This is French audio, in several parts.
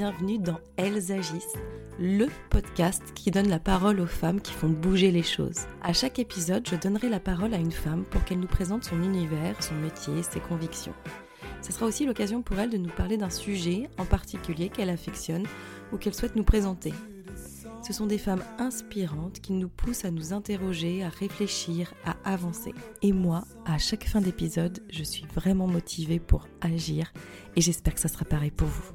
bienvenue dans Elles agissent, le podcast qui donne la parole aux femmes qui font bouger les choses. À chaque épisode, je donnerai la parole à une femme pour qu'elle nous présente son univers, son métier, ses convictions. Ce sera aussi l'occasion pour elle de nous parler d'un sujet en particulier qu'elle affectionne ou qu'elle souhaite nous présenter. Ce sont des femmes inspirantes qui nous poussent à nous interroger, à réfléchir, à avancer. Et moi, à chaque fin d'épisode, je suis vraiment motivée pour agir et j'espère que ça sera pareil pour vous.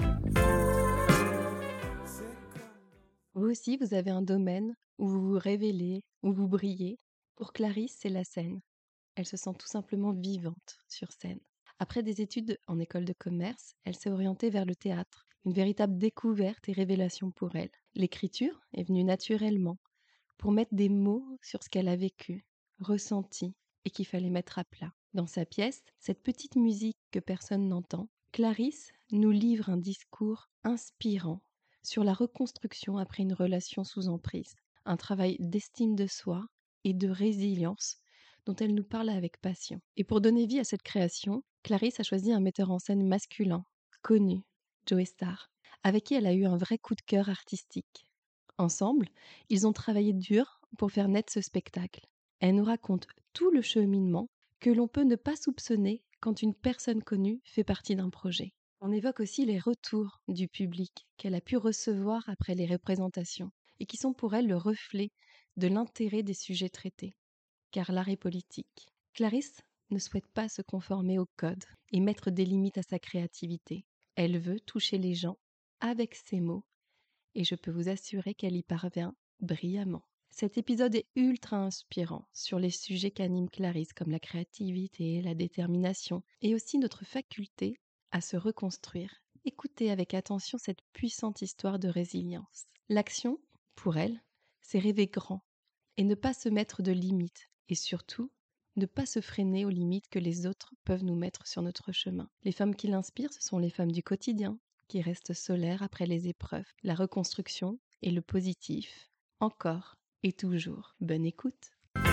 Vous aussi, vous avez un domaine où vous vous révélez, où vous brillez. Pour Clarisse, c'est la scène. Elle se sent tout simplement vivante sur scène. Après des études en école de commerce, elle s'est orientée vers le théâtre. Une véritable découverte et révélation pour elle. L'écriture est venue naturellement, pour mettre des mots sur ce qu'elle a vécu, ressenti et qu'il fallait mettre à plat. Dans sa pièce, cette petite musique que personne n'entend, Clarisse nous livre un discours inspirant sur la reconstruction après une relation sous emprise, un travail d'estime de soi et de résilience dont elle nous parle avec passion. Et pour donner vie à cette création, Clarisse a choisi un metteur en scène masculin, connu, Joe Starr, avec qui elle a eu un vrai coup de cœur artistique. Ensemble, ils ont travaillé dur pour faire naître ce spectacle. Elle nous raconte tout le cheminement que l'on peut ne pas soupçonner quand une personne connue fait partie d'un projet. On évoque aussi les retours du public qu'elle a pu recevoir après les représentations et qui sont pour elle le reflet de l'intérêt des sujets traités. Car l'art est politique. Clarisse ne souhaite pas se conformer au code et mettre des limites à sa créativité. Elle veut toucher les gens avec ses mots et je peux vous assurer qu'elle y parvient brillamment. Cet épisode est ultra inspirant sur les sujets qu'anime Clarisse comme la créativité, la détermination et aussi notre faculté à se reconstruire. Écoutez avec attention cette puissante histoire de résilience. L'action, pour elle, c'est rêver grand et ne pas se mettre de limites et surtout ne pas se freiner aux limites que les autres peuvent nous mettre sur notre chemin. Les femmes qui l'inspirent, ce sont les femmes du quotidien, qui restent solaires après les épreuves, la reconstruction et le positif, encore et toujours. Bonne écoute.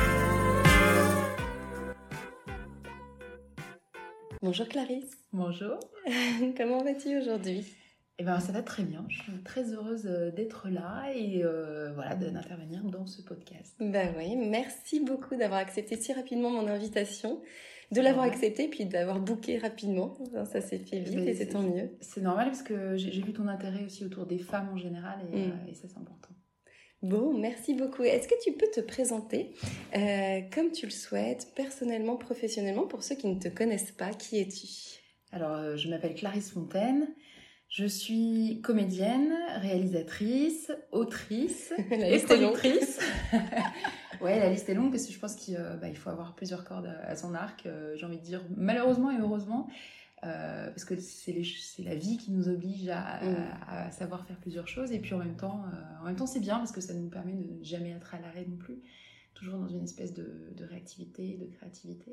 Bonjour Clarisse. Bonjour. Comment vas-tu aujourd'hui ? Eh ben, ça va très bien. Je suis très heureuse d'être là et voilà, d'intervenir dans ce podcast. Ben oui, merci beaucoup d'avoir accepté si rapidement mon invitation, de l'avoir accepté puis de l'avoir booké rapidement. Ça s'est fait vite et c'est tant mieux. C'est normal parce que j'ai vu ton intérêt aussi autour des femmes en général et ça c'est important. Bon, merci beaucoup. Est-ce que tu peux te présenter comme tu le souhaites, personnellement, professionnellement, pour ceux qui ne te connaissent pas, qui es-tu ? Alors, je m'appelle Clarisse Fontaine. Je suis comédienne, réalisatrice, autrice et productrice. Ouais, la liste est longue parce que je pense qu'il faut avoir plusieurs cordes à son arc. J'ai envie de dire malheureusement et heureusement, parce que c'est la vie qui nous oblige à savoir faire plusieurs choses. Et puis en même temps c'est bien parce que ça nous permet de ne jamais être à l'arrêt non plus. Toujours dans une espèce de réactivité et de créativité.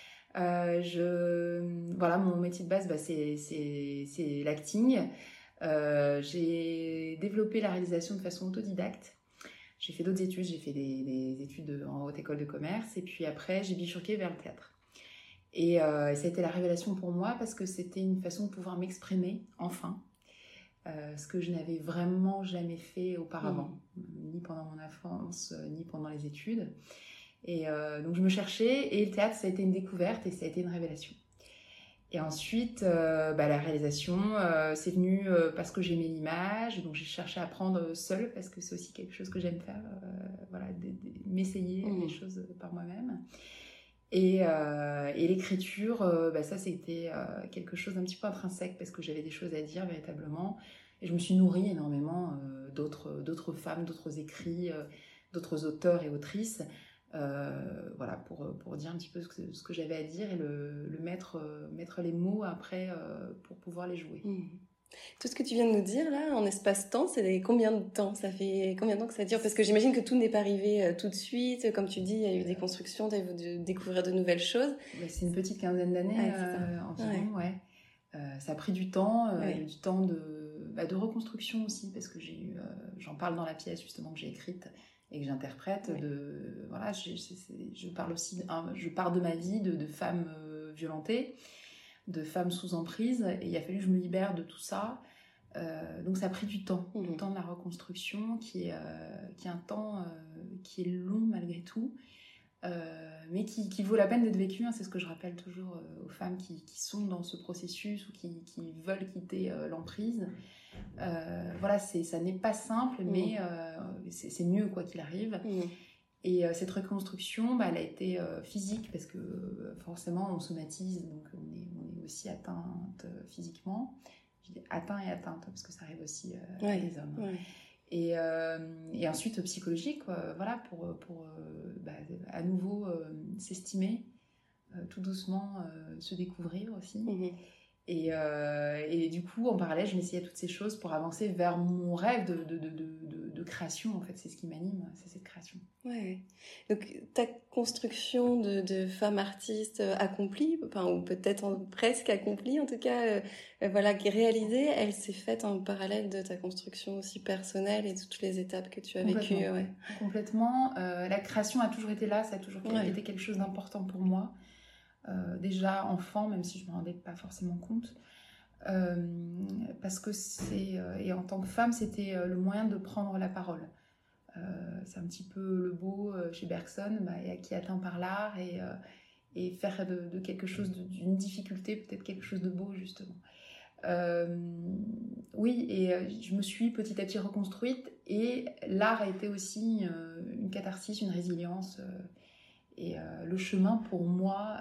Voilà, mon métier de base, c'est l'acting. J'ai développé la réalisation de façon autodidacte. J'ai fait d'autres études, j'ai fait des études en haute école de commerce et puis après j'ai bifurqué vers le théâtre. Et ça a été la révélation pour moi parce que c'était une façon de pouvoir m'exprimer enfin, ce que je n'avais vraiment jamais fait auparavant, ni pendant mon enfance, ni pendant les études. Et donc je me cherchais et le théâtre ça a été une découverte et ça a été une révélation. Et ensuite la réalisation c'est venu parce que j'aimais l'image, donc j'ai cherché à apprendre seule parce que c'est aussi quelque chose que j'aime faire, m'essayer les choses par moi-même. Et l'écriture ça c'était quelque chose d'un petit peu intrinsèque parce que j'avais des choses à dire véritablement et je me suis nourrie énormément d'autres femmes, d'autres écrits, d'autres auteurs et autrices. Voilà, pour dire un petit peu ce que j'avais à dire et le mettre les mots après pour pouvoir les jouer. Tout ce que tu viens de nous dire là, en espace-temps, c'est combien de temps ? Ça fait combien de temps que ça dure ? Parce que j'imagine que tout n'est pas arrivé tout de suite. Comme tu dis, il y a eu des constructions, tu as eu de découvrir de nouvelles choses. C'est une petite quinzaine d'années environ, ouais. Ça a pris du temps, du temps de reconstruction aussi, parce que j'en parle dans la pièce justement que j'ai écrite et que j'interprète. Je parle aussi, je parle de ma vie de femmes violentées, de femmes sous emprise, et il a fallu que je me libère de tout ça Donc ça a pris du temps de la reconstruction, qui est un temps qui est long malgré tout, mais qui vaut la peine d'être vécu. Hein. C'est ce que je rappelle toujours aux femmes qui sont dans ce processus ou qui veulent quitter l'emprise. Voilà, ça n'est pas simple, mais c'est mieux quoi qu'il arrive. Et cette reconstruction, elle a été physique parce que forcément on somatise, donc on est aussi atteinte physiquement. Je dis atteint et atteinte parce que ça arrive aussi à des hommes. Ouais. Et ensuite psychologique, voilà, pour à nouveau s'estimer, tout doucement se découvrir aussi. Et du coup, en parallèle, je m'essayais toutes ces choses pour avancer vers mon rêve de création. En fait, c'est ce qui m'anime, c'est cette création. Ouais. Donc, ta construction de femme artiste accomplie, ou peut-être presque accomplie, en tout cas, voilà, réalisée, elle s'est faite en parallèle de ta construction aussi personnelle et de toutes les étapes que tu as vécues. Ouais. Complètement. La création a toujours été là, ça a toujours été quelque chose d'important pour moi. Déjà enfant, même si je ne me rendais pas forcément compte, parce que et en tant que femme, c'était le moyen de prendre la parole. C'est un petit peu le beau chez Bergson, qui est atteint par l'art, et faire de quelque chose, d'une difficulté, peut-être quelque chose de beau, justement. Oui, et je me suis petit à petit reconstruite, et l'art a été aussi une catharsis, une résilience, et le chemin pour moi,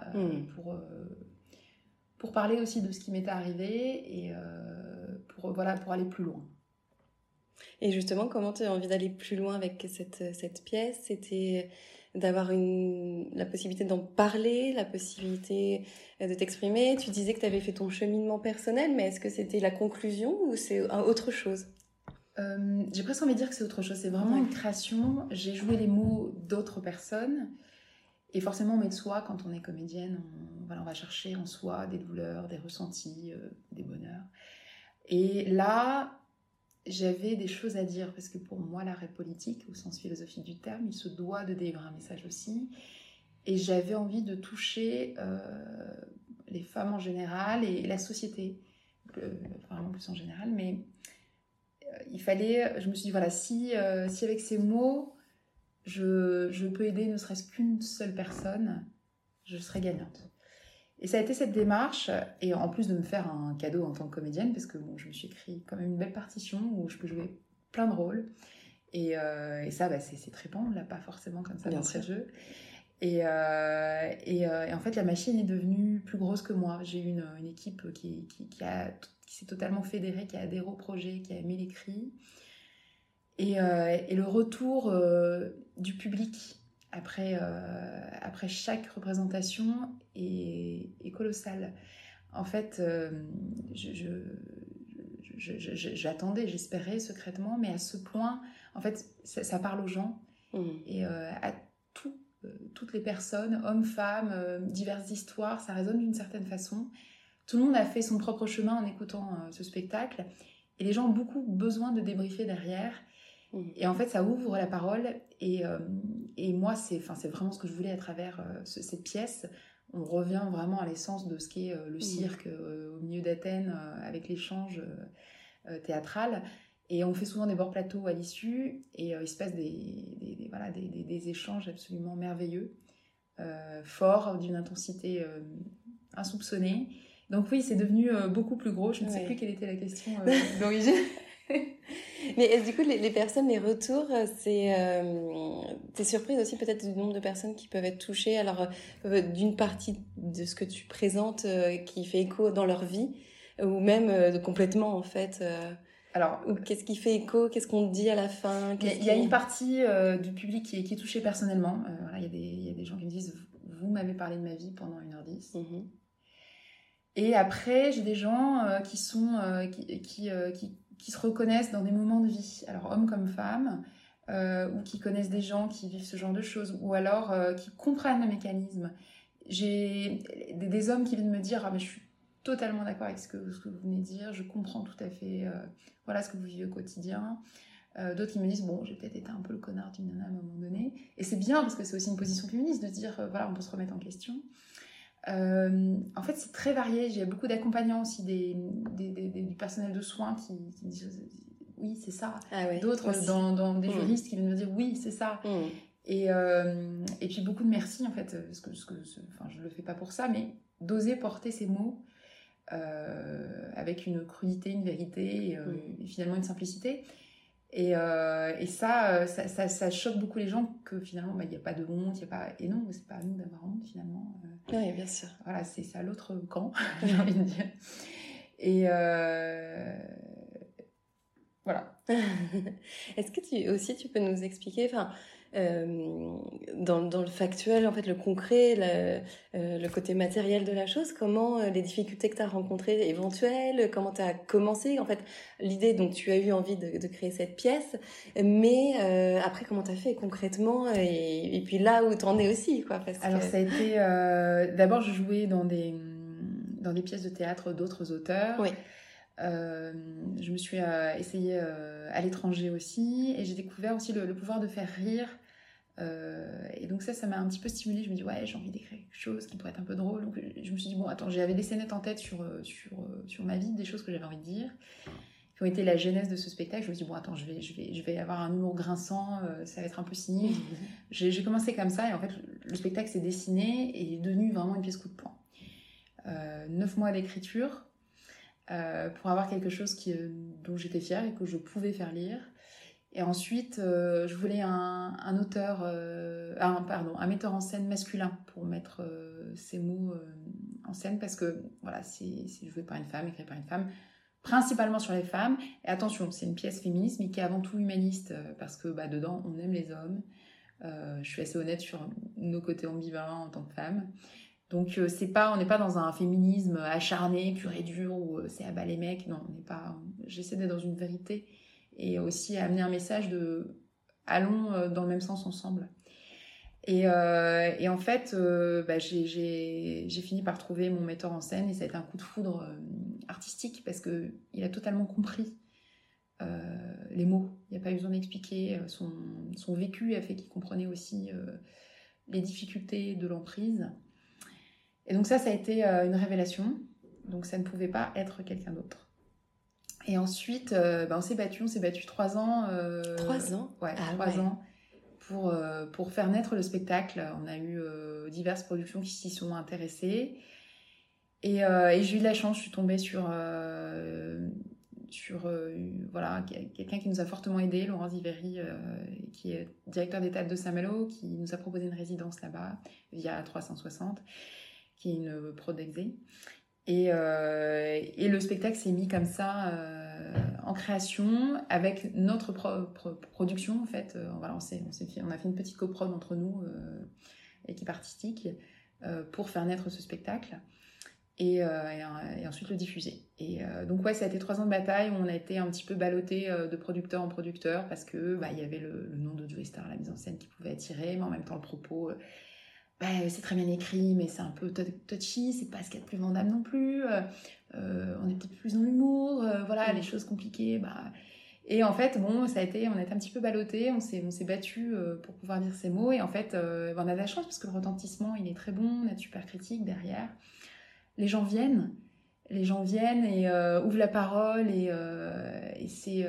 pour parler aussi de ce qui m'était arrivé, et pour aller plus loin. Et justement, comment tu as envie d'aller plus loin avec cette pièce? C'était d'avoir la possibilité d'en parler, la possibilité de t'exprimer. Tu disais que tu avais fait ton cheminement personnel, mais est-ce que c'était la conclusion ou c'est autre chose? J'ai presque envie de dire que c'est autre chose. C'est vraiment une création. J'ai joué les mots d'autres personnes. Et forcément, on met de soi, quand on est comédienne, on va chercher en soi des douleurs, des ressentis, des bonheurs. Et là, j'avais des choses à dire, parce que pour moi, l'art est politique, au sens philosophique du terme, il se doit de délivrer un message aussi. Et j'avais envie de toucher les femmes en général et la société, vraiment plus en général. Mais je me suis dit, voilà, si avec ces mots, je peux aider ne serait-ce qu'une seule personne, je serai gagnante. Et ça a été cette démarche, et en plus de me faire un cadeau en tant que comédienne, parce que je me suis écrit quand même une belle partition où je peux jouer plein de rôles. Et ça, c'est trippant, on ne l'a pas forcément comme ça dans ce jeu. Et en fait, la machine est devenue plus grosse que moi. J'ai eu une équipe qui s'est totalement fédérée, qui a adhéré au projet, qui a aimé l'écrit. Et le retour du public après chaque représentation est colossal. En fait, j'attendais, j'espérais secrètement, mais à ce point, en fait, ça parle aux gens, et à toutes les personnes, hommes, femmes, diverses histoires, ça résonne d'une certaine façon. Tout le monde a fait son propre chemin en écoutant ce spectacle, et les gens ont beaucoup besoin de débriefer derrière. Et en fait, ça ouvre la parole, et moi, c'est vraiment ce que je voulais à travers cette pièce. On revient vraiment à l'essence de ce qu'est le cirque au milieu d'Athènes, avec l'échange théâtral. Et on fait souvent des bords-plateaux à l'issue, et il se passe des échanges absolument merveilleux, forts, d'une intensité insoupçonnée. Donc oui, c'est devenu beaucoup plus gros. Je ne sais plus quelle était la question d'origine. Mais du coup, les personnes, les retours, t'es surprise aussi peut-être du nombre de personnes qui peuvent être touchées, alors d'une partie de ce que tu présentes qui fait écho dans leur vie, ou même complètement en fait. Alors, qu'est-ce qui fait écho? Qu'est-ce qu'on te dit à la fin? Il y a une partie du public qui est touchée personnellement. Il y a des gens qui me disent « Vous m'avez parlé de ma vie pendant 1h10 ». Et après, j'ai des gens qui se reconnaissent dans des moments de vie, alors hommes comme femmes, ou qui connaissent des gens qui vivent ce genre de choses, ou alors qui comprennent le mécanisme. J'ai des hommes qui viennent me dire « Ah, mais je suis totalement d'accord avec ce que vous venez de dire, je comprends tout à fait ce que vous vivez au quotidien ». D'autres qui me disent « Bon, j'ai peut-être été un peu le connard d'une nana à un moment donné ». Et c'est bien, parce que c'est aussi une position féministe de dire « Voilà, on peut se remettre en question ». En fait, c'est très varié. J'ai beaucoup d'accompagnants aussi, du personnel de soins qui me disent oui, c'est ça. Ah ouais, D'autres dans des juristes qui viennent me dire oui, c'est ça. Et puis beaucoup de merci, en fait, parce que enfin, je le fais pas pour ça, mais d'oser porter ces mots avec une crudité, une vérité et finalement une simplicité. Et ça choque beaucoup les gens que finalement, il n'y a pas de honte, il y a pas... Et non, c'est pas à nous d'avoir honte finalement. Oui, bien sûr. Voilà, c'est à l'autre camp, j'ai envie de dire. Et voilà. Est-ce que tu peux nous expliquer, dans le factuel, en fait, le concret, le côté matériel de la chose, comment les difficultés que tu as rencontrées éventuelles, comment tu as commencé, en fait, l'idée, donc tu as eu envie de créer cette pièce, mais après, comment tu as fait concrètement et puis là où tu en es aussi, quoi. Alors, ça a été... D'abord, je jouais dans des pièces de théâtre d'autres auteurs. Oui. Je me suis essayée à l'étranger aussi, et j'ai découvert aussi le pouvoir de faire rire. Et donc ça m'a un petit peu stimulée. Je me dis ouais, j'ai envie d'écrire quelque chose qui pourrait être un peu drôle. Donc je me suis dit bon, attends, j'avais des scénettes en tête sur ma vie, des choses que j'avais envie de dire, qui ont été la genèse de ce spectacle. Je me suis dit bon, attends, je vais avoir un humour grinçant, ça va être un peu cynique. J'ai commencé comme ça, et en fait le spectacle s'est dessiné et est devenu vraiment une pièce coup de poing. 9 mois d'écriture pour avoir quelque chose dont j'étais fière et que je pouvais faire lire. Et ensuite, je voulais un metteur en scène masculin pour mettre ces mots en scène, parce que voilà, c'est joué par une femme, écrit par une femme, principalement sur les femmes. Et attention, c'est une pièce féministe, mais qui est avant tout humaniste, parce que dedans, on aime les hommes. Je suis assez honnête sur nos côtés ambivalents en tant que femme. Donc, on n'est pas dans un féminisme acharné, pur et dur, où c'est à bas les mecs. Non, on n'est pas. J'essaie d'être dans une vérité et aussi amener un message de allons dans le même sens ensemble. Et en fait, j'ai fini par trouver mon metteur en scène, et ça a été un coup de foudre artistique, parce qu'il a totalement compris les mots. Il n'y a pas eu besoin d'expliquer. Son vécu a fait qu'il comprenait aussi les difficultés de l'emprise. Et donc ça a été une révélation. Donc ça ne pouvait pas être quelqu'un d'autre. Et ensuite, on s'est battu 3 ans. 3 ans? Ouais, 3 ans pour faire naître le spectacle. On a eu diverses productions qui s'y sont intéressées. Et j'ai eu de la chance, je suis tombée sur quelqu'un qui nous a fortement aidés, Laurent Ziveri, qui est directeur des théâtres de Saint-Malo, qui nous a proposé une résidence là-bas via 360, qui est une prod d'Exé. Et le spectacle s'est mis comme ça en création avec notre propre production, en fait. On a fait une petite coprod entre nous, équipe artistique, pour faire naître ce spectacle et ensuite le diffuser. Et donc ouais, ça a été 3 ans de bataille où on a été un petit peu ballotté de producteur en producteur, parce que il y avait le nom de Joey Star, la mise en scène, qui pouvait attirer, mais en même temps le propos... c'est très bien écrit, mais c'est un peu touchy, c'est pas ce qu'il y a de plus vendable non plus. On est peut-être plus dans l'humour, les choses compliquées. Et en fait, on a été un petit peu ballottés, on s'est battu pour pouvoir dire ces mots. Et en fait, on a de la chance, parce que le retentissement, il est très bon, on a de super critiques derrière. Les gens viennent et ouvrent la parole, et c'est...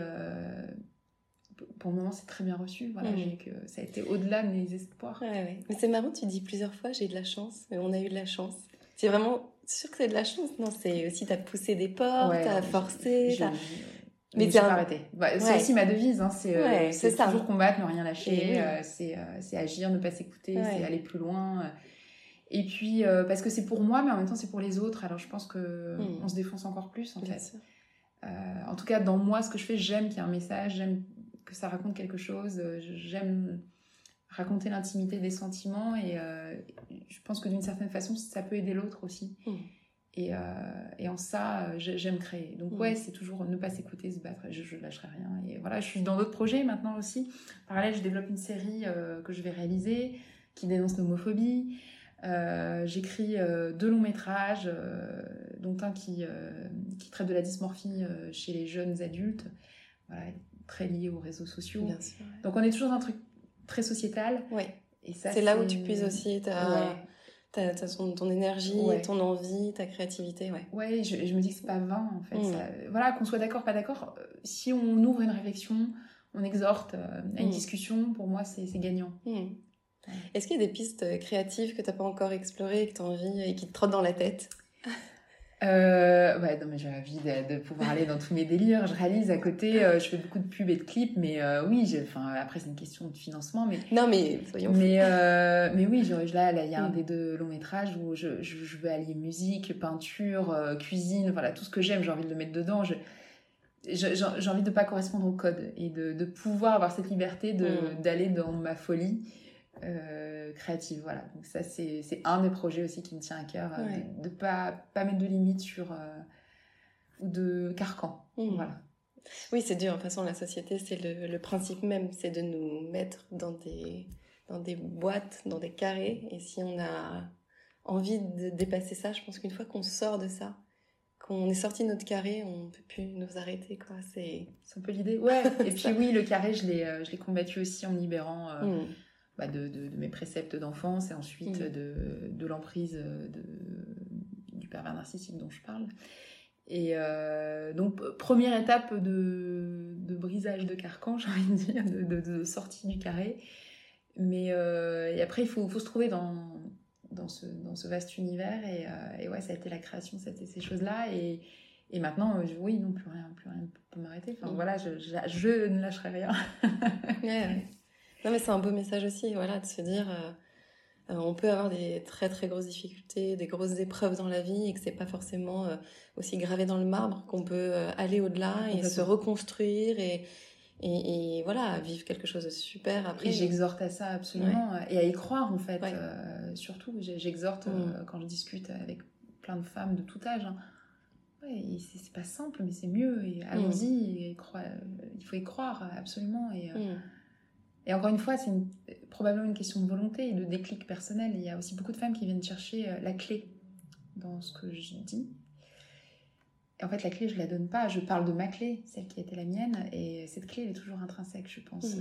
pour le moment, c'est très bien reçu. Voilà, ça a été au-delà de mes espoirs. Ouais. Mais c'est marrant, tu dis plusieurs fois, j'ai eu de la chance, on a eu de la chance. C'est vraiment sûr que c'est de la chance, non? C'est aussi, t'as poussé des portes, t'as forcé. Mais tu pas arrêté. C'est aussi ma devise. Hein, c'est toujours combattre, ne rien lâcher. C'est agir, ne pas s'écouter, c'est aller plus loin. Et puis, parce que c'est pour moi, mais en même temps, c'est pour les autres. Alors, je pense qu'on se défonce encore plus, en fait. En tout cas, dans moi, ce que je fais, j'aime qu'il y ait un message, j'aime que ça raconte quelque chose, j'aime raconter l'intimité des sentiments, et je pense que d'une certaine façon, ça peut aider l'autre aussi. Et en ça, j'aime créer. Donc c'est toujours ne pas s'écouter, se battre. Je lâcherai rien. Et voilà, je suis dans d'autres projets maintenant aussi. En parallèle, je développe une série que je vais réaliser, qui dénonce l'homophobie. J'écris 2 longs métrages, dont un qui traite de la dysmorphie chez les jeunes adultes, très lié aux réseaux sociaux. Bien sûr, Donc on est toujours dans un truc très sociétal. Ouais. Et ça, c'est là où tu puises aussi ton énergie, Ouais. ton envie, ta créativité, ouais. Ouais, je me dis que c'est pas vain, en fait. Ça, voilà, qu'on soit d'accord, pas d'accord, si on ouvre une réflexion, on exhorte à une discussion, pour moi, c'est gagnant. Ouais. Est-ce qu'il y a des pistes créatives que tu n'as pas encore explorées, que tu as envie et qui te trottent dans la tête? Ouais, non, mais j'ai envie de pouvoir aller dans tous mes délires. Je réalise à côté, je fais beaucoup de pubs et de clips, mais oui, après, c'est une question de financement, mais... Non, mais soyons fous. Mais oui, là, il y a un des 2 longs métrages où je veux allier musique, peinture, cuisine, voilà, tout ce que j'aime, j'ai envie de le mettre dedans. J'ai envie de ne pas correspondre au code et de pouvoir avoir cette liberté d'aller dans ma folie créative. Voilà. Donc ça, c'est un des projets aussi qui me tient à cœur, de ne pas mettre de limites ou de carcan. Voilà. Oui, c'est dur. De toute façon, la société, c'est le principe même, c'est de nous mettre dans des boîtes, dans des carrés. Et si on a envie de dépasser ça, je pense qu'une fois qu'on sort de ça, qu'on est sorti de notre carré, on ne peut plus nous arrêter, quoi. C'est un peu l'idée. Ouais. Et puis oui, le carré, je l'ai combattu aussi en me libérant de mes préceptes d'enfance et ensuite de l'emprise du pervers narcissique dont je parle. Et donc, première étape de brisage de carcan, j'ai envie de dire, de sortie du carré. Mais et après, il faut se trouver dans ce vaste univers. Et ouais, ça a été la création, c'était ces choses-là. Et maintenant, oui, non, plus rien peut m'arrêter. Enfin, voilà, je ne lâcherai rien. Ouais. Non, mais c'est un beau message aussi, voilà, de se dire... on peut avoir des très très grosses difficultés, des grosses épreuves dans la vie et que c'est pas forcément aussi gravé dans le marbre, qu'on peut aller au-delà et se reconstruire et voilà, vivre quelque chose de super après. Et j'exhorte à ça absolument, et à y croire en fait, surtout j'exhorte quand je discute avec plein de femmes de tout âge. Ouais, c'est pas simple, mais c'est mieux, et allons-y, il faut y croire absolument. Et encore une fois, c'est probablement une question de volonté et de déclic personnel. Il y a aussi beaucoup de femmes qui viennent chercher la clé dans ce que je dis. Et en fait, la clé, je ne la donne pas. Je parle de ma clé, celle qui a été la mienne. Et cette clé, elle est toujours intrinsèque, je pense.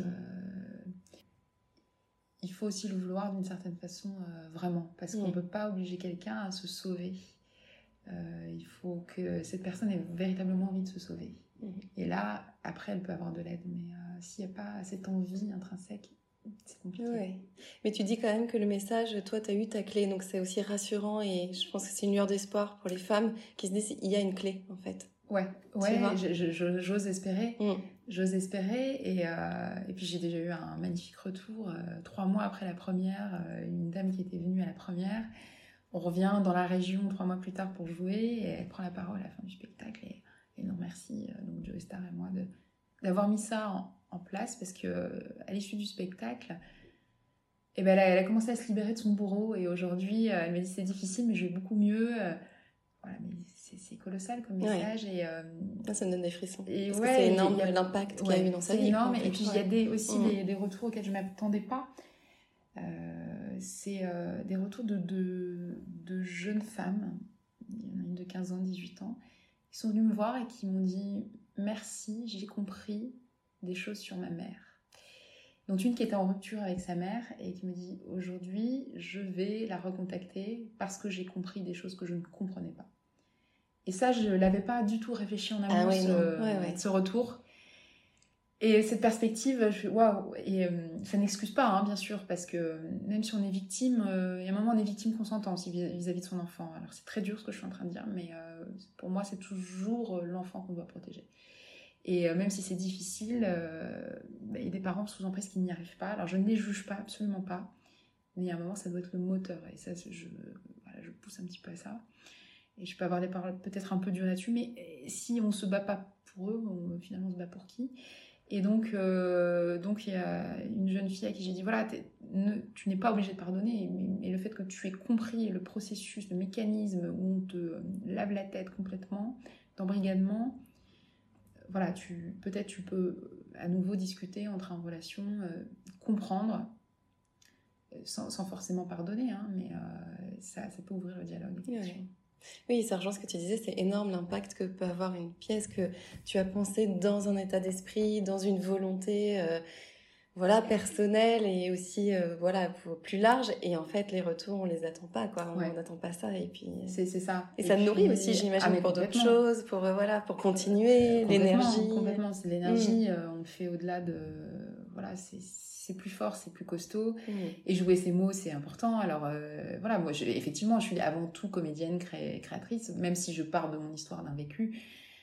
Il faut aussi le vouloir d'une certaine façon, vraiment. Parce qu'on ne peut pas obliger quelqu'un à se sauver. Il faut que cette personne ait véritablement envie de se sauver. Et là, après, elle peut avoir de l'aide. Mais s'il n'y a pas cette envie intrinsèque, c'est compliqué. Ouais. Mais tu dis quand même que le message, toi, tu as eu ta clé. Donc, c'est aussi rassurant. Et je pense que c'est une lueur d'espoir pour les femmes qui se disent il y a une clé, en fait. Ouais, j'ose espérer. J'ose espérer. Et puis, j'ai déjà eu un magnifique retour. 3 mois après la première, une dame qui était venue à la première. On revient dans la région 3 mois plus tard pour jouer. Et elle prend la parole à la fin du spectacle. Et nous remercie, donc Joe Star et moi, d'avoir mis ça en place. Parce qu'à l'issue du spectacle, elle a commencé à se libérer de son bourreau. Et aujourd'hui, elle m'a dit c'est difficile, mais je vais beaucoup mieux. Voilà, mais c'est colossal comme message. Et, ça me donne des frissons. Et parce que c'est énorme l'impact qu'il y a eu dans sa vie. C'est énorme. Et puis il y a aussi des retours auxquels je ne m'attendais pas. C'est des retours de jeunes femmes. Il y en a une de 15 ans, 18 ans, qui sont venues me voir et qui m'ont dit merci, j'ai compris des choses sur ma mère. Donc une qui était en rupture avec sa mère et qui me dit aujourd'hui je vais la recontacter parce que j'ai compris des choses que je ne comprenais pas. Et ça, je ne l'avais pas du tout réfléchi en amont, ce retour. Et cette perspective, waouh. Et ça n'excuse pas, hein, bien sûr, parce que même si on est victime, il y a un moment on est victime consentant aussi vis-à-vis de son enfant. Alors c'est très dur ce que je suis en train de dire, mais pour moi c'est toujours l'enfant qu'on doit protéger. Et même si c'est difficile, il y a des parents sous emprise qui n'y arrivent pas. Alors je ne les juge pas, absolument pas. Mais il y a un moment, ça doit être le moteur. Et ça, je pousse un petit peu à ça. Et je peux avoir des paroles peut-être un peu dures là-dessus, mais si on ne se bat pas pour eux, finalement on se bat pour qui ? Et donc il y a une jeune fille à qui j'ai dit, voilà, tu n'es pas obligée de pardonner, mais le fait que tu aies compris le processus, le mécanisme où on te lave la tête complètement, d'embrigadement, voilà, peut-être tu peux à nouveau discuter, entrer en relation, comprendre, sans forcément pardonner, hein, mais ça peut ouvrir le dialogue. Oui, ça rejoint ce que tu disais, c'est énorme l'impact que peut avoir une pièce que tu as pensée dans un état d'esprit, dans une volonté voilà, personnel et aussi voilà, plus large. Et en fait, les retours, on les attend pas, quoi. On Ouais. n'attend pas ça. Et puis, C'est ça. et ça puis, nourrit aussi, j'imagine, mais pour d'autres complètement. choses, pour, voilà, pour continuer, l'énergie. Complètement, c'est l'énergie. On le fait au-delà de... Voilà, c'est plus fort, c'est plus costaud. Et jouer ses mots, c'est important. Alors, voilà, moi, effectivement, je suis avant tout comédienne, créatrice, même si je pars de mon histoire d'un vécu.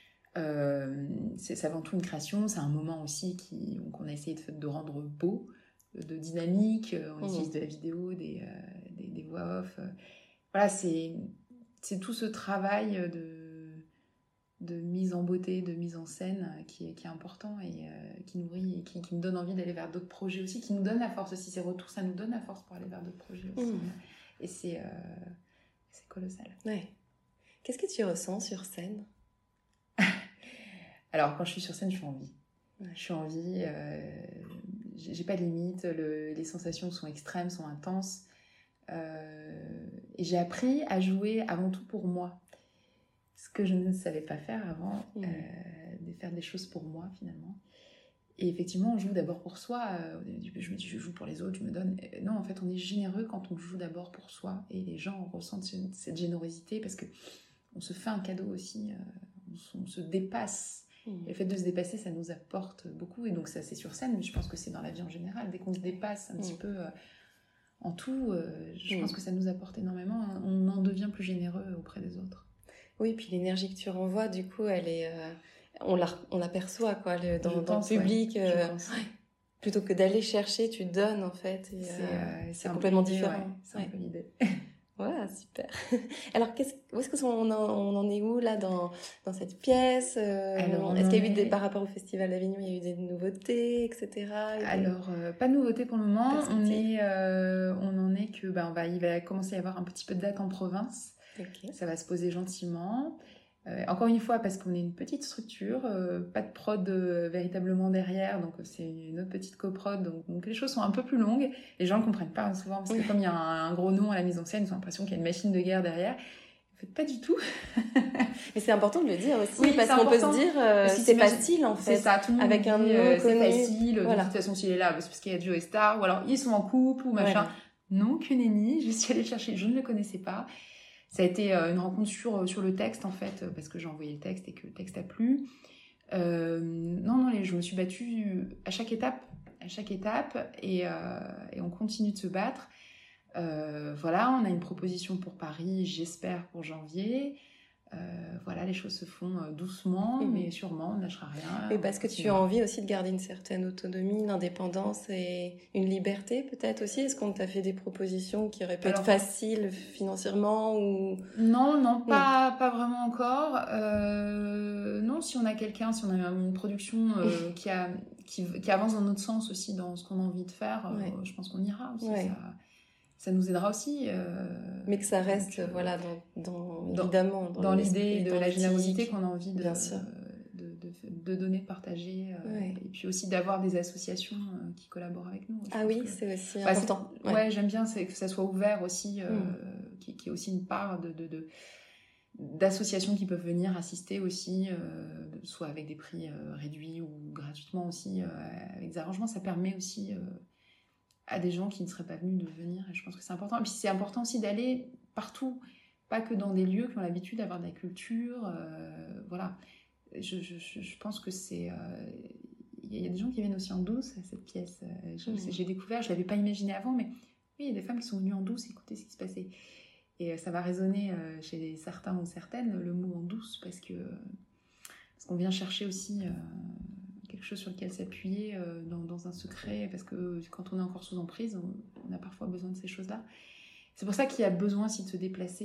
C'est avant tout une création, c'est un moment aussi qu'on a essayé de rendre beau, de dynamique, on utilise de la vidéo, des voix off. Voilà, c'est tout ce travail de mise en beauté, de mise en scène qui est important et qui nourrit et qui me donne envie d'aller vers d'autres projets aussi, qui nous donne la force aussi. Ces retours, ça nous donne la force pour aller vers d'autres projets aussi. Et c'est colossal. Ouais. Qu'est-ce que tu ressens sur scène ? Alors, quand je suis sur scène, je suis en vie. Ouais. Je suis en vie, j'ai pas de limite, les sensations sont extrêmes, sont intenses. Et j'ai appris à jouer avant tout pour moi. Ce que je ne savais pas faire avant, de faire des choses pour moi, finalement. Et effectivement, on joue d'abord pour soi. Je me dis, je joue pour les autres, je me donne. Non, en fait, on est généreux quand on joue d'abord pour soi. Et les gens ressentent cette générosité parce qu'on se fait un cadeau aussi, on se dépasse. Et le fait de se dépasser, ça nous apporte beaucoup. Et donc ça, c'est sur scène, mais je pense que c'est dans la vie en général. Dès qu'on se dépasse un petit peu en tout, je pense que ça nous apporte énormément. On en devient plus généreux auprès des autres. Oui, puis l'énergie que tu renvoies, du coup, elle est, on l'aperçoit, quoi, dans le public. Plutôt que d'aller chercher, tu donnes, en fait. Et, c'est complètement différent. Ouais, c'est un peu l'idée. Ouais, super. Alors, où est-ce qu'on en est où, là, dans cette pièce Est-ce qu'il y a eu par rapport au Festival d'Avignon, il y a eu des nouveautés, etc. Alors, pas de nouveautés pour le moment. On en est que, il va commencer à y avoir un petit peu de date en province. Okay. Ça va se poser gentiment. Encore une fois, parce qu'on est une petite structure, pas de prod véritablement derrière, donc c'est une autre petite coprod, donc les choses sont un peu plus longues. Les gens ne comprennent pas souvent, parce que comme il y a un gros nom à la mise en scène, ils ont l'impression qu'il y a une machine de guerre derrière. En fait, pas du tout. Mais c'est important de le dire aussi, parce qu'on peut se dire, c'est facile en fait. C'est ça, tout le monde avec dit, un nom c'est connu. facile, Voilà. de toute façon s'il est là, c'est parce qu'il y a Joe Star, ou alors ils sont en couple, ou machin. Voilà. Non, que nenni, je suis allée chercher, je ne le connaissais pas. Ça a été une rencontre sur le texte, en fait, parce que j'ai envoyé le texte et que le texte a plu. Non, je me suis battue à chaque étape, et on continue de se battre. Voilà, on a une proposition pour Paris, j'espère pour janvier. Voilà, les choses se font doucement, mais sûrement, on ne lâchera rien. Et parce que tu as envie aussi de garder une certaine autonomie, une indépendance et une liberté peut-être aussi. Est-ce qu'on t'a fait des propositions qui auraient pu être faciles financièrement ou... Non, pas vraiment encore. Non, si on a quelqu'un, si on a une production qui avance dans notre sens aussi, dans ce qu'on a envie de faire, je pense qu'on ira aussi. Ça nous aidera aussi. Mais que ça reste, évidemment, dans l'idée de la générosité qu'on a envie de donner, de partager. Et puis aussi d'avoir des associations qui collaborent avec nous. C'est aussi important. J'aime bien que ça soit ouvert aussi, qu'il y ait aussi une part d'associations qui peuvent venir assister aussi, soit avec des prix réduits ou gratuitement aussi, avec des arrangements. Ça permet aussi... à des gens qui ne seraient pas venus de venir, et je pense que c'est important. Et puis c'est important aussi d'aller partout, pas que dans des lieux qui ont l'habitude d'avoir de la culture. Voilà, je pense que c'est... Il y a des gens qui viennent aussi en douce à cette pièce. J'ai découvert, je ne l'avais pas imaginé avant, mais oui, il y a des femmes qui sont venues en douce écouter ce qui se passait. Et ça va résonner chez certains ou certaines, le mot en douce, parce qu'on vient chercher aussi... quelque chose sur lequel s'appuyer dans un secret, parce que quand on est encore sous emprise, on a parfois besoin de ces choses-là. C'est pour ça qu'il y a besoin aussi de se déplacer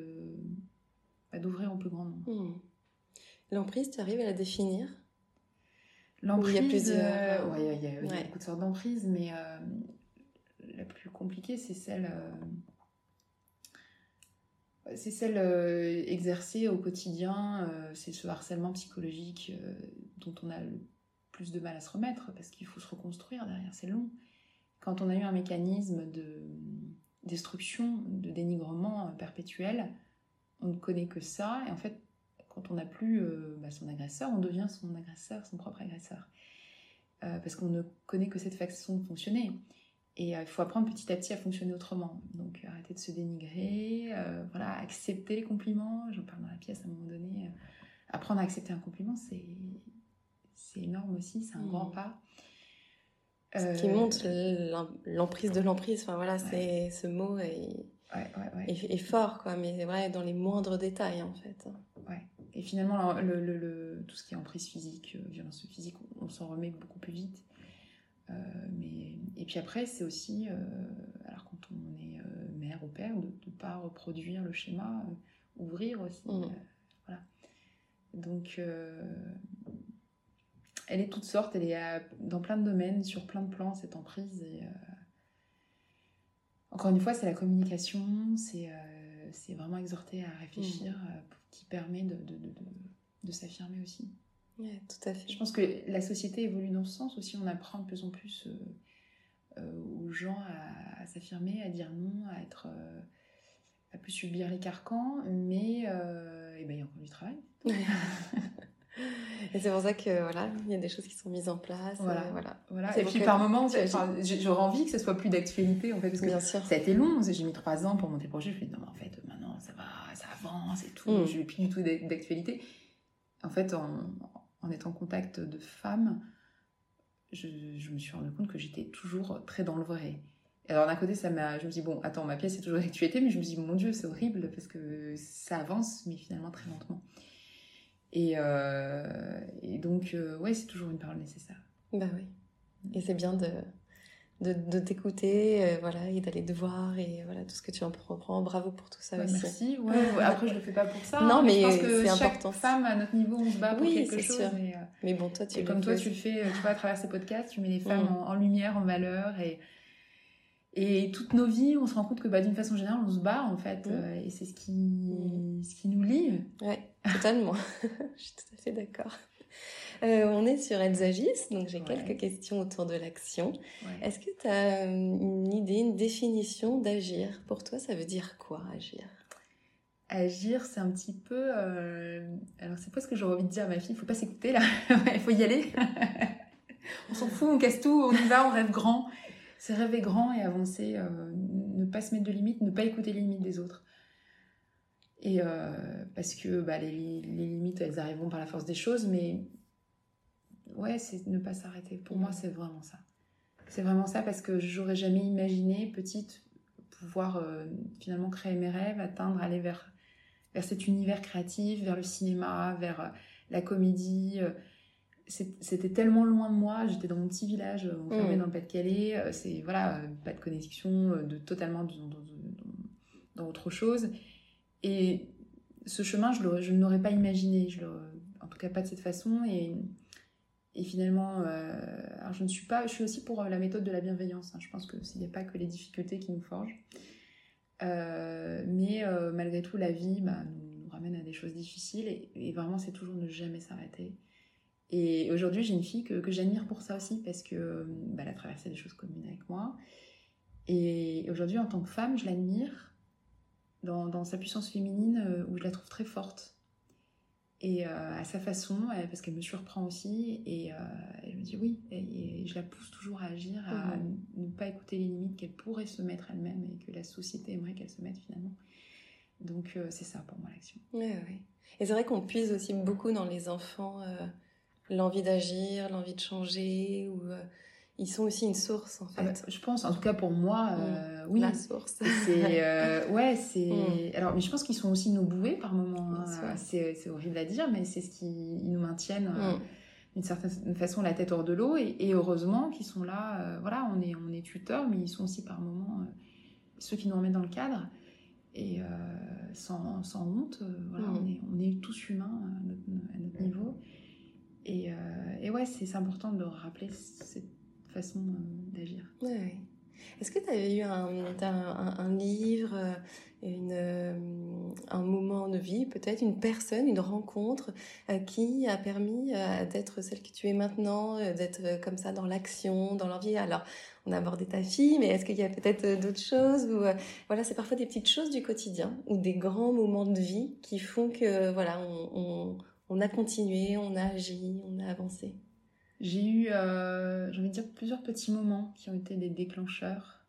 et d'ouvrir au plus grand nombre. L'emprise, tu arrives à la définir ? L'emprise, il y a plusieurs... il y a beaucoup de sortes d'emprise, mais la plus compliquée, c'est celle exercée au quotidien, c'est ce harcèlement psychologique dont on a le plus de mal à se remettre, parce qu'il faut se reconstruire derrière, c'est long. Quand on a eu un mécanisme de destruction, de dénigrement perpétuel, on ne connaît que ça, et en fait, quand on n'a plus son agresseur, on devient son agresseur, son propre agresseur. parce qu'on ne connaît que cette façon de fonctionner. Et il faut apprendre petit à petit à fonctionner autrement. Donc arrêter de se dénigrer, voilà, accepter les compliments. J'en parle dans la pièce à un moment donné. Apprendre à accepter un compliment, c'est énorme aussi, c'est un grand pas. Ce qui montre l'emprise de l'emprise. Enfin voilà, Ouais. ce mot est fort, quoi, mais ouais, dans les moindres détails en fait. Ouais. Et finalement, tout ce qui est emprise physique, violence physique, on s'en remet beaucoup plus vite. Et puis après, c'est aussi, alors quand on est mère ou père, de ne pas reproduire le schéma, ouvrir aussi. Voilà. Donc, elle est toutes sortes, elle est dans plein de domaines, sur plein de plans, cette emprise. Et, encore une fois, c'est la communication, c'est vraiment exhorter à réfléchir, qui permet de s'affirmer aussi. Ouais, tout à fait. Je pense que la société évolue dans ce sens aussi, on apprend de plus en plus aux gens à s'affirmer, à dire non, à plus subir les carcans, mais il y a encore du travail. Et c'est pour ça que voilà, il y a des choses qui sont mises en place. Voilà. Et puis par moments, j'aurais envie que ce soit plus d'actualité, en fait, parce que bien sûr. Ça a été long. J'ai mis 3 ans pour monter le projet. Je me suis dit non, mais en fait, maintenant ça va, ça avance et tout. Je n'ai plus du tout d'actualité. En fait, en étant en contact de femmes, je me suis rendu compte que j'étais toujours très dans le vrai. Et alors d'un côté, je me dis bon, attends, ma pièce est toujours d'actualité, mais je me dis mon Dieu, c'est horrible parce que ça avance, mais finalement très lentement. Et donc, ouais, c'est toujours une parole nécessaire. Bah oui. Et c'est bien de t'écouter, voilà, et d'aller te voir, et voilà, tout ce que tu en prends. Bravo pour tout ça aussi. Merci. Ouais. Après, je le fais pas pour ça. Non, mais je pense que c'est chaque important. femme, à notre niveau, on se bat pour quelque chose. Sûr. Mais bon, toi, tu le fais, tu vois, à travers ces podcasts, tu mets les femmes en lumière, en valeur, et toutes nos vies, on se rend compte que d'une façon générale, on se bat en fait, et c'est ce qui nous lie. Ouais, totalement. Je suis tout à fait d'accord. On est sur Elles agissent, donc j'ai quelques questions autour de l'action. Ouais. Est-ce que tu as une idée, une définition d'agir? Pour toi, ça veut dire quoi, agir? Agir, c'est un petit peu... Alors, c'est pas ce que j'aurais envie de dire à ma fille. Il faut pas s'écouter, là. Il faut y aller. On s'en fout, on casse tout, on y va, on rêve grand. C'est rêver grand et avancer. Ne pas se mettre de limites, ne pas écouter les limites des autres. Et parce que les limites, elles arriveront par la force des choses, mais... Ouais, c'est ne pas s'arrêter. Pour moi, c'est vraiment ça. C'est vraiment ça parce que j'aurais jamais imaginé, petite, pouvoir finalement créer mes rêves, aller vers cet univers créatif, vers le cinéma, vers la comédie. C'était tellement loin de moi. J'étais dans mon petit village, enfermée dans le Pas-de-Calais. Pas de connexion, totalement dans autre chose. Et ce chemin, je ne l'aurais pas imaginé. En tout cas, pas de cette façon. Et finalement, alors je suis aussi pour la méthode de la bienveillance. Je pense qu'il n'y a pas que les difficultés qui nous forgent. Mais malgré tout, la vie nous ramène à des choses difficiles. Et vraiment, c'est toujours ne jamais s'arrêter. Et aujourd'hui, j'ai une fille que j'admire pour ça aussi, parce que elle a traversé des choses communes avec moi. Et aujourd'hui, en tant que femme, je l'admire dans sa puissance féminine, où je la trouve très forte. Et à sa façon, parce qu'elle me surprend aussi, et elle me dit oui, et je la pousse toujours à agir, à ne pas écouter les limites qu'elle pourrait se mettre elle-même et que la société aimerait qu'elle se mette finalement. Donc c'est ça pour moi l'action. Oui. Et c'est vrai qu'on puise aussi beaucoup dans les enfants l'envie d'agir, l'envie de changer, ou ils sont aussi une source en fait. Je pense, en tout cas pour moi, oui. La source. Alors, mais je pense qu'ils sont aussi nos bouées par moments. C'est horrible à dire, mais c'est ce qui nous maintiennent d'une certaine façon la tête hors de l'eau. Et heureusement qu'ils sont là. On est tuteurs, mais ils sont aussi par moments ceux qui nous remettent dans le cadre. Et sans honte, on est tous humains à notre niveau. Et ouais, c'est important de rappeler cette façon d'agir. Ouais. Est-ce que tu avais eu un livre, un moment de vie, peut-être une personne, une rencontre qui a permis d'être celle que tu es maintenant, d'être comme ça dans l'action, dans l'envie? Alors, on a abordé ta fille, mais est-ce qu'il y a peut-être d'autres choses où, voilà, c'est parfois des petites choses du quotidien ou des grands moments de vie qui font que voilà, on a continué, on a agi, on a avancé? J'ai eu, j'ai envie de dire, plusieurs petits moments qui ont été des déclencheurs.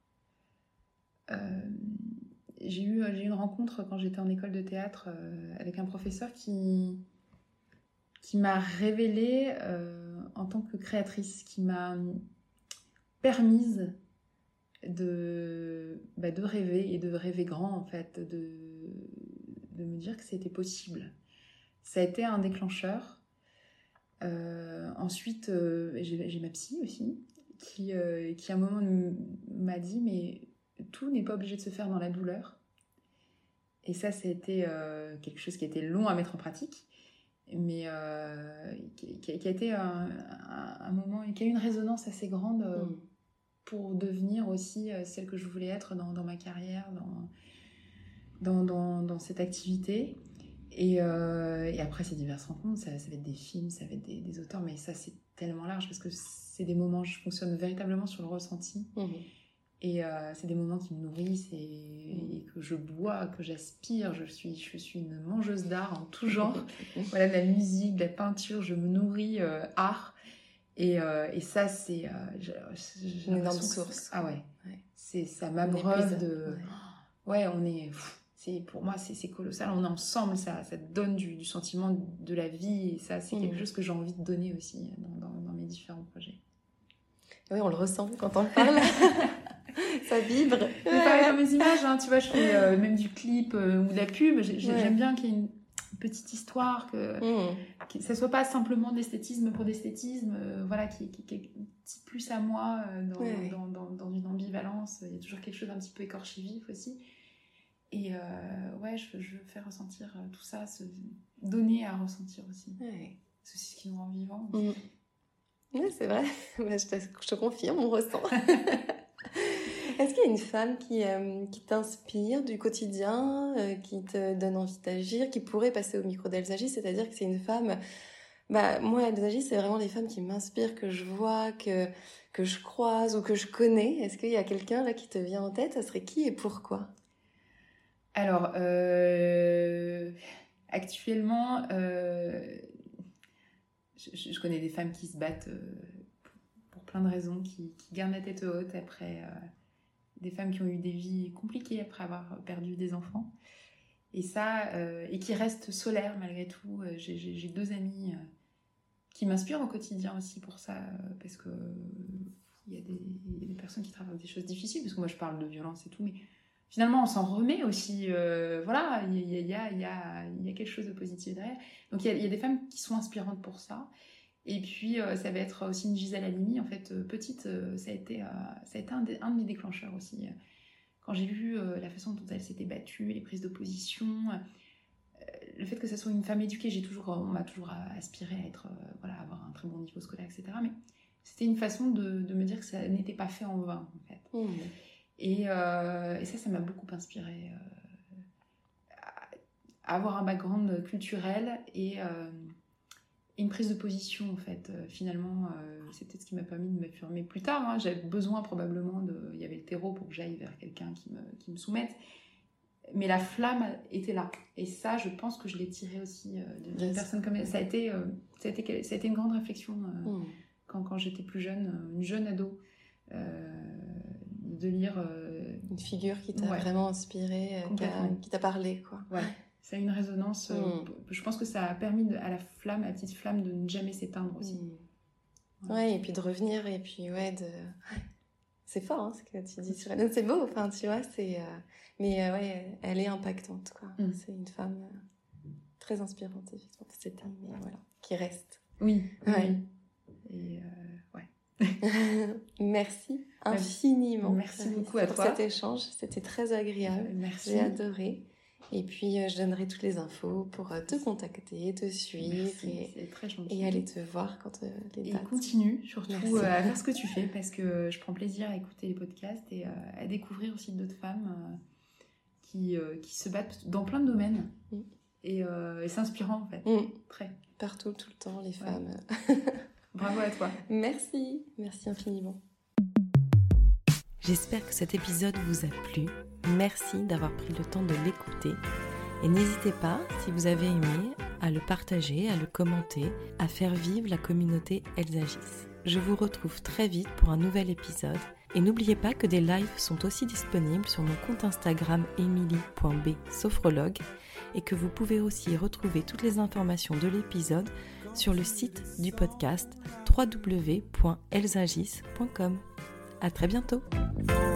J'ai eu une rencontre quand j'étais en école de théâtre avec un professeur qui m'a révélée en tant que créatrice, qui m'a permise de rêver et de rêver grand, en fait, de me dire que c'était possible. Ça a été un déclencheur. Ensuite, j'ai ma psy aussi, qui à un moment m'a dit, mais tout n'est pas obligé de se faire dans la douleur. Et ça a été quelque chose qui a été long à mettre en pratique, mais qui a été un moment, qui a eu une résonance assez grande pour devenir aussi celle que je voulais être dans ma carrière, dans cette activité. Et après ces diverses rencontres, ça va être des films, ça va être des auteurs, mais ça c'est tellement large parce que c'est des moments, je fonctionne véritablement sur le ressenti. Et c'est des moments qui me nourrissent et que je bois, que j'aspire. Je suis une mangeuse d'art en tout genre. Voilà, de la musique, de la peinture, je me nourris art. Et ça, c'est une énorme source. Ah ouais. Ça m'abreuve de... Ouais, on est... Pour moi, c'est colossal. On est ensemble, ça donne du sentiment de la vie. Et ça, c'est quelque chose que j'ai envie de donner aussi dans mes différents projets. Oui, on le ressent quand on le parle. Ça vibre. C'est pareil dans mes images, hein, tu vois, je fais même du clip ou de la pub. J'aime bien qu'il y ait une petite histoire, que ça soit pas simplement d'esthétisme pour d'esthétisme, voilà, qui est un petit plus à moi dans une ambivalence. Il y a toujours quelque chose d'un petit peu écorché vif aussi. Et je veux faire ressentir tout ça, se donner à ressentir aussi. C'est aussi ce qui nous rend vivants. Oui, c'est vrai. Je te confirme, on ressent. Est-ce qu'il y a une femme qui t'inspire du quotidien, qui te donne envie d'agir, qui pourrait passer au micro d'Elles agissent, c'est-à-dire que c'est une femme... moi, Elles agissent, c'est vraiment les femmes qui m'inspirent, que je vois, que je croise ou que je connais. Est-ce qu'il y a quelqu'un là qui te vient en tête? Ça serait qui et pourquoi? Alors, actuellement, je connais des femmes qui se battent pour plein de raisons, qui gardent la tête haute après... des femmes qui ont eu des vies compliquées après avoir perdu des enfants. Et ça, et qui restent solaires malgré tout. J'ai 2 amies qui m'inspirent au quotidien aussi pour ça, parce que il y a des personnes qui traversent des choses difficiles, parce que moi je parle de violence et tout, mais finalement on s'en remet aussi. Voilà, il y a quelque chose de positif derrière. Donc il y a des femmes qui sont inspirantes pour ça. Et puis, ça va être aussi une Gisèle Halimi. En fait, petite, ça a été un de mes déclencheurs aussi. Quand j'ai vu la façon dont elle s'était battue, les prises de position, le fait que ça soit une femme éduquée, on m'a toujours aspiré à être, avoir un très bon niveau scolaire, etc. Mais c'était une façon de me dire que ça n'était pas fait en vain, en fait. Et ça m'a beaucoup inspirée. À avoir un background culturel et une prise de position, en fait. Finalement, c'est peut-être ce qui m'a permis de m'affirmer plus tard. Hein. J'avais besoin probablement il y avait le terreau pour que j'aille vers quelqu'un qui me soumette. Mais la flamme était là. Et ça, je pense que je l'ai tiré aussi d'une personne comme elle. Ça a été une grande réflexion quand j'étais plus jeune, une jeune ado, de lire... une figure qui t'a vraiment inspiré, qui t'a parlé, quoi. Ouais. Ça a une résonance. Je pense que ça a permis à la petite flamme, de ne jamais s'éteindre aussi. Ouais, et puis de revenir, et puis c'est fort, hein, ce que tu dis sur elle. C'est beau, enfin, tu vois, mais elle est impactante, quoi. C'est une femme très inspirante, effectivement. C'est un, mais voilà, qui reste. Oui. Ouais. Et Merci infiniment. Merci beaucoup à toi pour cet échange. C'était très agréable. Merci. J'ai adoré. Et puis, je donnerai toutes les infos pour te contacter, te suivre. C'est très gentil. Et aller te voir quand les dates. Et continue surtout à faire ce que tu fais, parce que je prends plaisir à écouter les podcasts et à découvrir aussi d'autres femmes qui se battent dans plein de domaines. Et c'est inspirant, en fait. Très. Partout, tout le temps, les femmes. Bravo à toi. Merci infiniment. J'espère que cet épisode vous a plu. Merci d'avoir pris le temps de l'écouter. Et n'hésitez pas, si vous avez aimé, à le partager, à le commenter, à faire vivre la communauté Elles agissent. Je vous retrouve très vite pour un nouvel épisode. Et n'oubliez pas que des lives sont aussi disponibles sur mon compte Instagram emily.b-sophrologue et que vous pouvez aussi retrouver toutes les informations de l'épisode sur le site du podcast www.ellesagissent.com. À très bientôt.